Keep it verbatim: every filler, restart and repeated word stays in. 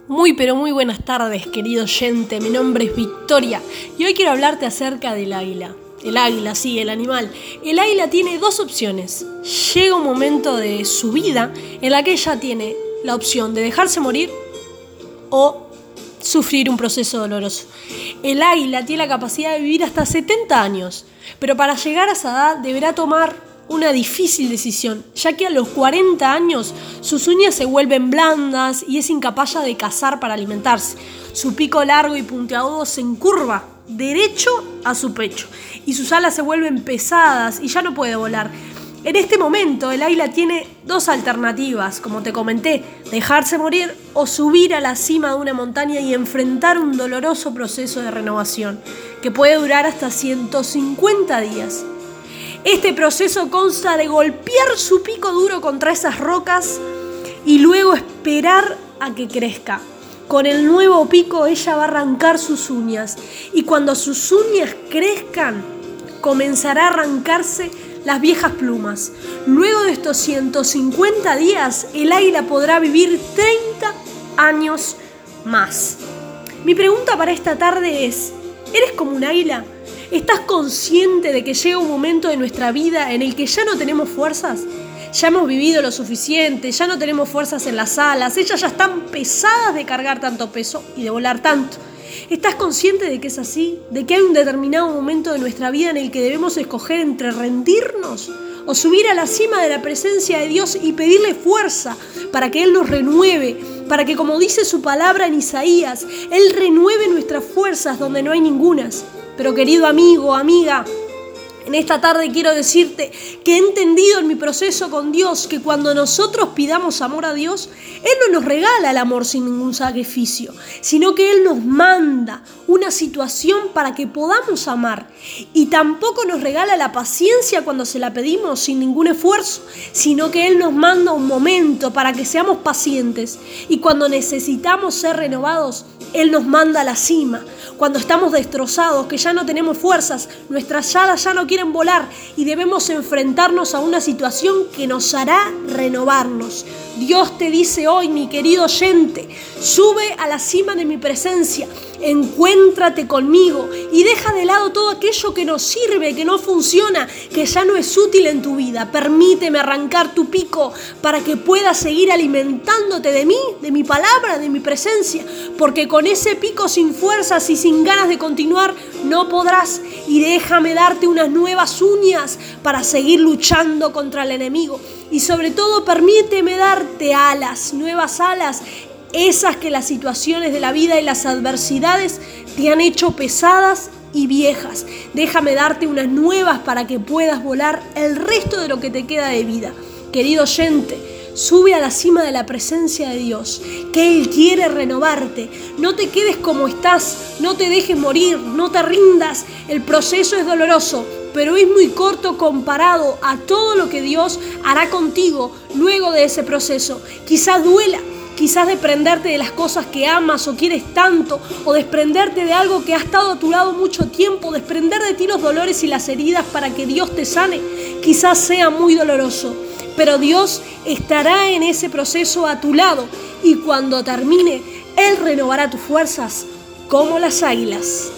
Muy pero muy buenas tardes, querido oyente, mi nombre es Victoria y hoy quiero hablarte acerca del águila. El águila, sí, el animal. El águila tiene dos opciones. Llega un momento de su vida en la que ella tiene la opción de dejarse morir o sufrir un proceso doloroso. El águila tiene la capacidad de vivir hasta setenta años, pero para llegar a esa edad deberá tomar una difícil decisión, ya que a los cuarenta años sus uñas se vuelven blandas y es incapaz de cazar para alimentarse. Su pico largo y puntiagudo se encurva derecho a su pecho y sus alas se vuelven pesadas y ya no puede volar. En este momento el águila tiene dos alternativas, como te comenté: dejarse morir o subir a la cima de una montaña y enfrentar un doloroso proceso de renovación que puede durar hasta ciento cincuenta días. Este proceso consta de golpear su pico duro contra esas rocas y luego esperar a que crezca. Con el nuevo pico ella va a arrancar sus uñas y cuando sus uñas crezcan comenzará a arrancarse las viejas plumas. Luego de estos ciento cincuenta días el águila podrá vivir treinta años más. Mi pregunta para esta tarde es: ¿eres como un águila? ¿Estás consciente de que llega un momento de nuestra vida en el que ya no tenemos fuerzas? Ya hemos vivido lo suficiente, ya no tenemos fuerzas en las alas, ellas ya están pesadas de cargar tanto peso y de volar tanto. ¿Estás consciente de que es así? ¿De que hay un determinado momento de nuestra vida en el que debemos escoger entre rendirnos o subir a la cima de la presencia de Dios y pedirle fuerza para que Él nos renueve, para que, como dice su palabra en Isaías, Él renueve nuestras fuerzas donde no hay ningunas? Pero querido amigo, amiga, en esta tarde quiero decirte que he entendido en mi proceso con Dios que cuando nosotros pidamos amor a Dios, Él no nos regala el amor sin ningún sacrificio, sino que Él nos manda una situación para que podamos amar. Y tampoco nos regala la paciencia cuando se la pedimos sin ningún esfuerzo, sino que Él nos manda un momento para que seamos pacientes. Y cuando necesitamos ser renovados, Él nos manda a la cima. Cuando estamos destrozados, que ya no tenemos fuerzas, nuestras alas ya no quieren volar y debemos enfrentarnos a una situación que nos hará renovarnos. Dios te dice hoy, mi querido oyente, sube a la cima de mi presencia, encuéntrate conmigo y deja de lado todo aquello que no sirve, que no funciona, que ya no es útil en tu vida. Permíteme arrancar tu pico para que puedas seguir alimentándote de mí, de mi palabra, de mi presencia, porque con ese pico sin fuerzas y sin ganas de continuar no podrás. Y déjame darte unas nuevas uñas para seguir luchando contra el enemigo. Y sobre todo permíteme darte alas, nuevas alas, esas que las situaciones de la vida y las adversidades te han hecho pesadas y viejas. Déjame darte unas nuevas para que puedas volar el resto de lo que te queda de vida. Querido oyente, sube a la cima de la presencia de Dios, que Él quiere renovarte. No te quedes como estás, no te dejes morir, no te rindas. El proceso es doloroso, pero es muy corto comparado a todo lo que Dios hará contigo luego de ese proceso. Quizás duela, quizás desprenderte de las cosas que amas o quieres tanto, o desprenderte de algo que ha estado a tu lado mucho tiempo, desprender de ti los dolores y las heridas para que Dios te sane. Quizás sea muy doloroso, pero Dios estará en ese proceso a tu lado y cuando termine, Él renovará tus fuerzas como las águilas.